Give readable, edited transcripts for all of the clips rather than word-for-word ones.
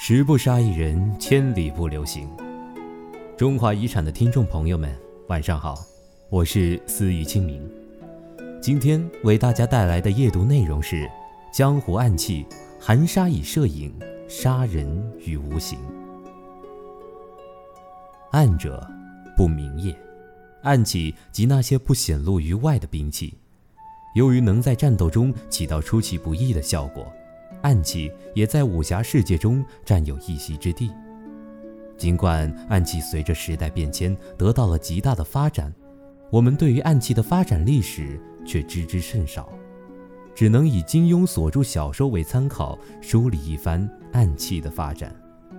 十不杀一人，千里不留行。中华遗产的听众朋友们，晚上好，我是思域清明。今天为大家带来的夜读内容是江湖暗器，含沙以摄影，杀人于无形。暗者不明也，暗器即那些不显露于外的兵器，由于能在战斗中起到出其不意的效果，暗器也在武侠世界中占有一席之地。尽管暗器随着时代变迁得到了极大的发展，我们对于暗器的发展历史却知之甚少，只能以金庸所著小说为参考，梳理一番暗器的发展。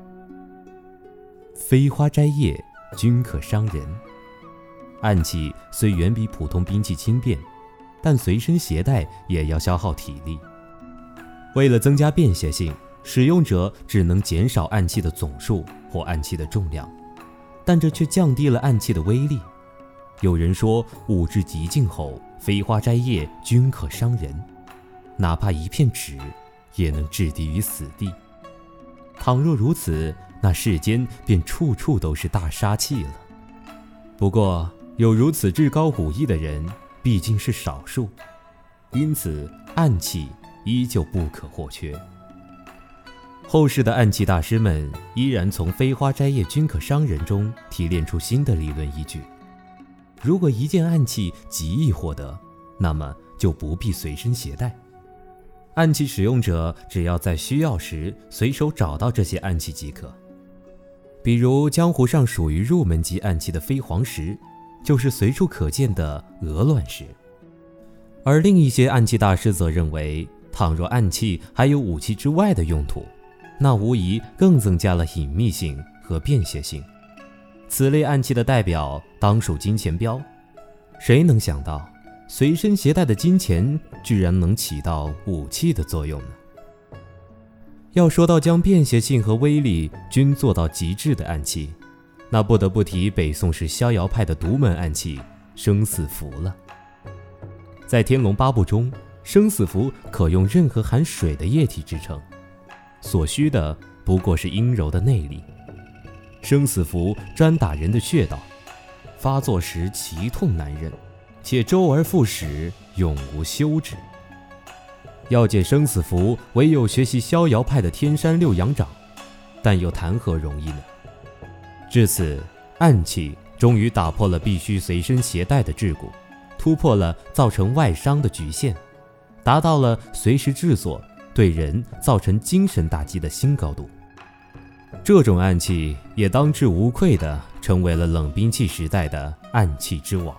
飞花摘叶，均可伤人。暗器虽远比普通兵器轻便，但随身携带也要消耗体力。为了增加便携性，使用者只能减少暗器的总数或暗器的重量，但这却降低了暗器的威力。有人说，物之极境后，飞花摘叶，均可伤人。哪怕一片纸，也能置敌于死地。倘若如此，那世间便处处都是大杀器了。不过，有如此至高武艺的人毕竟是少数，因此暗器依旧不可或缺。后世的暗器大师们依然从飞花摘叶均可伤人中提炼出新的理论依据。如果一件暗器极易获得，那么就不必随身携带。暗器使用者只要在需要时随手找到这些暗器即可。比如江湖上属于入门级暗器的飞黄石，就是随处可见的鹅卵石。而另一些暗器大师则认为，倘若暗器还有武器之外的用途，那无疑更增加了隐秘性和便携性。此类暗器的代表当属金钱镖。谁能想到，随身携带的金钱居然能起到武器的作用呢？要说到将便携性和威力均做到极致的暗器，那不得不提北宋时逍遥派的独门暗器生死符了。在《天龙八部》中，生死符可用任何含水的液体制成，所需的不过是阴柔的内力。生死符专打人的穴道，发作时奇痛难忍，且周而复始，永无休止。要解生死符，唯有学习逍遥派的天山六阳掌，但又谈何容易呢？至此，暗器终于打破了必须随身携带的桎梏，突破了造成外伤的局限，达到了随时制作对人造成精神打击的新高度。这种暗器也当之无愧地成为了冷兵器时代的暗器之王。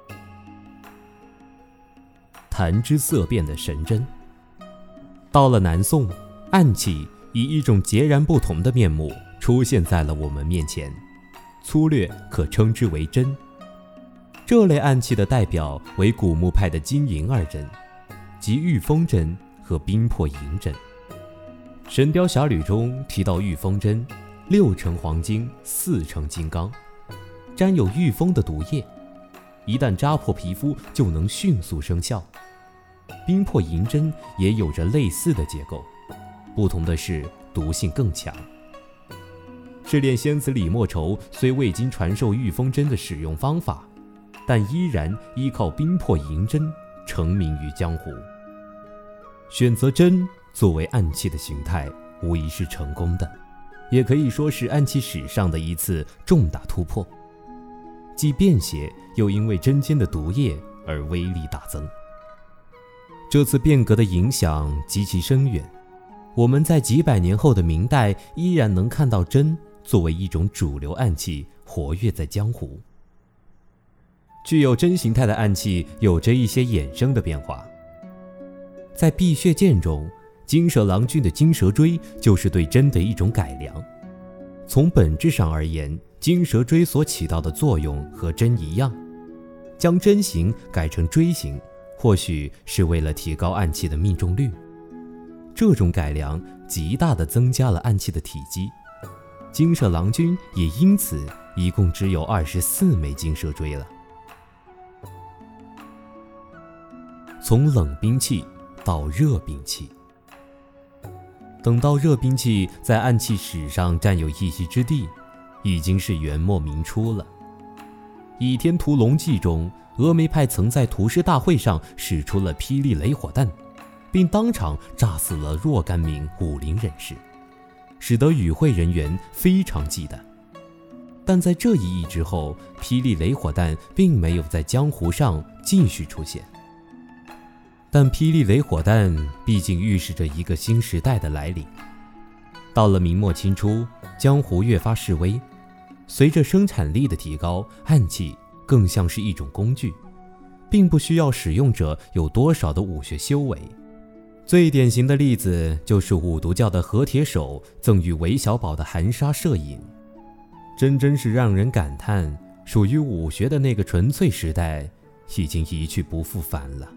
谈之色变的神针。到了南宋，暗器以一种截然不同的面目出现在了我们面前，粗略可称之为针。这类暗器的代表为古墓派的金银二针，即御风针和冰魄银针。《神雕侠侣》中提到御风针，6成黄金，4成金刚，沾有御风的毒液，一旦扎破皮肤就能迅速生效。冰魄银针也有着类似的结构，不同的是毒性更强。赤练仙子李莫愁虽未经传授御风针的使用方法，但依然依靠冰魄银针成名于江湖。选择针作为暗器的形态，无疑是成功的，也可以说是暗器史上的一次重大突破，既便携又因为针尖的毒液而威力大增。这次变革的影响极其深远，我们在几百年后的明代依然能看到针作为一种主流暗器活跃在江湖。具有针形态的暗器有着一些衍生的变化。在碧血剑中，金蛇郎君的金蛇锥就是对针的一种改良。从本质上而言，金蛇锥所起到的作用和针一样，将针形改成锥形，或许是为了提高暗器的命中率。这种改良极大地增加了暗器的体积，金蛇郎君也因此一共只有24枚金蛇锥了。从冷兵器到热兵器。 等到热兵器在暗器史上占有一席之地，已经是元末明初了。《倚天屠龙记》中，峨眉派曾在屠师大会上使出了霹雳雷火弹，并当场炸死了若干名武林人士，使得与会人员非常忌惮。但在这一役之后，霹雳雷火弹并没有在江湖上继续出现。但霹雳雷火弹毕竟预示着一个新时代的来临。到了明末清初，江湖越发式微，随着生产力的提高，暗器更像是一种工具，并不需要使用者有多少的武学修为。最典型的例子就是五毒教的何铁手赠予韦小宝的含沙射影，真是让人感叹，属于武学的那个纯粹时代已经一去不复返了。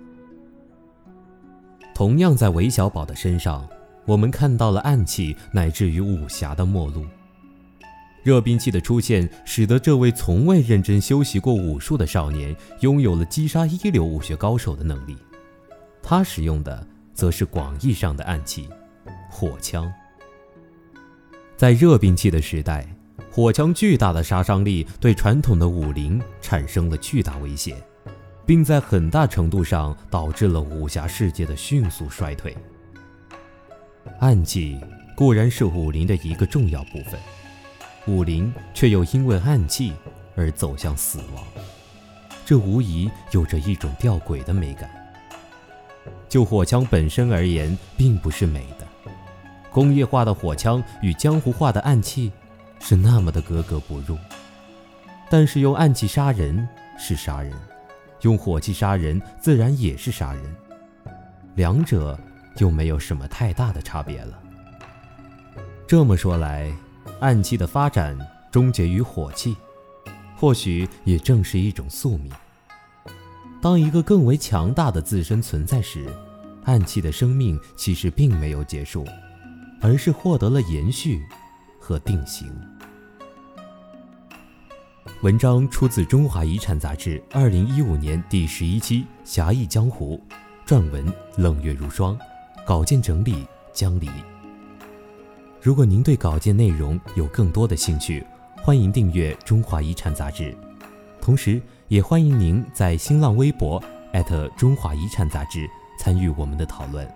同样在韦小宝的身上，我们看到了暗器乃至于武侠的末路。热兵器的出现，使得这位从未认真修习过武术的少年拥有了击杀一流武学高手的能力。他使用的则是广义上的暗器火枪。在热兵器的时代，火枪巨大的杀伤力对传统的武林产生了巨大威胁，并在很大程度上导致了武侠世界的迅速衰退。暗器固然是武林的一个重要部分，武林却又因为暗器而走向死亡，这无疑有着一种吊诡的美感。就火枪本身而言，并不是美的。工业化的火枪与江湖化的暗器是那么的格格不入。但是用暗器杀人是杀人，用火器杀人自然也是杀人，两者又没有什么太大的差别了。这么说来，暗器的发展终结于火器，或许也正是一种宿命。当一个更为强大的自身存在时，暗器的生命其实并没有结束，而是获得了延续和定型。文章出自《中华遗产》杂志2015年第11期《侠义江湖》，撰文冷月如霜，稿件整理江离。如果您对稿件内容有更多的兴趣，欢迎订阅《中华遗产》杂志，同时也欢迎您在新浪微博中华遗产杂志参与我们的讨论。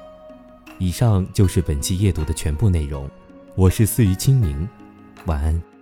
以上就是本期夜读的全部内容，我是思于清明，晚安。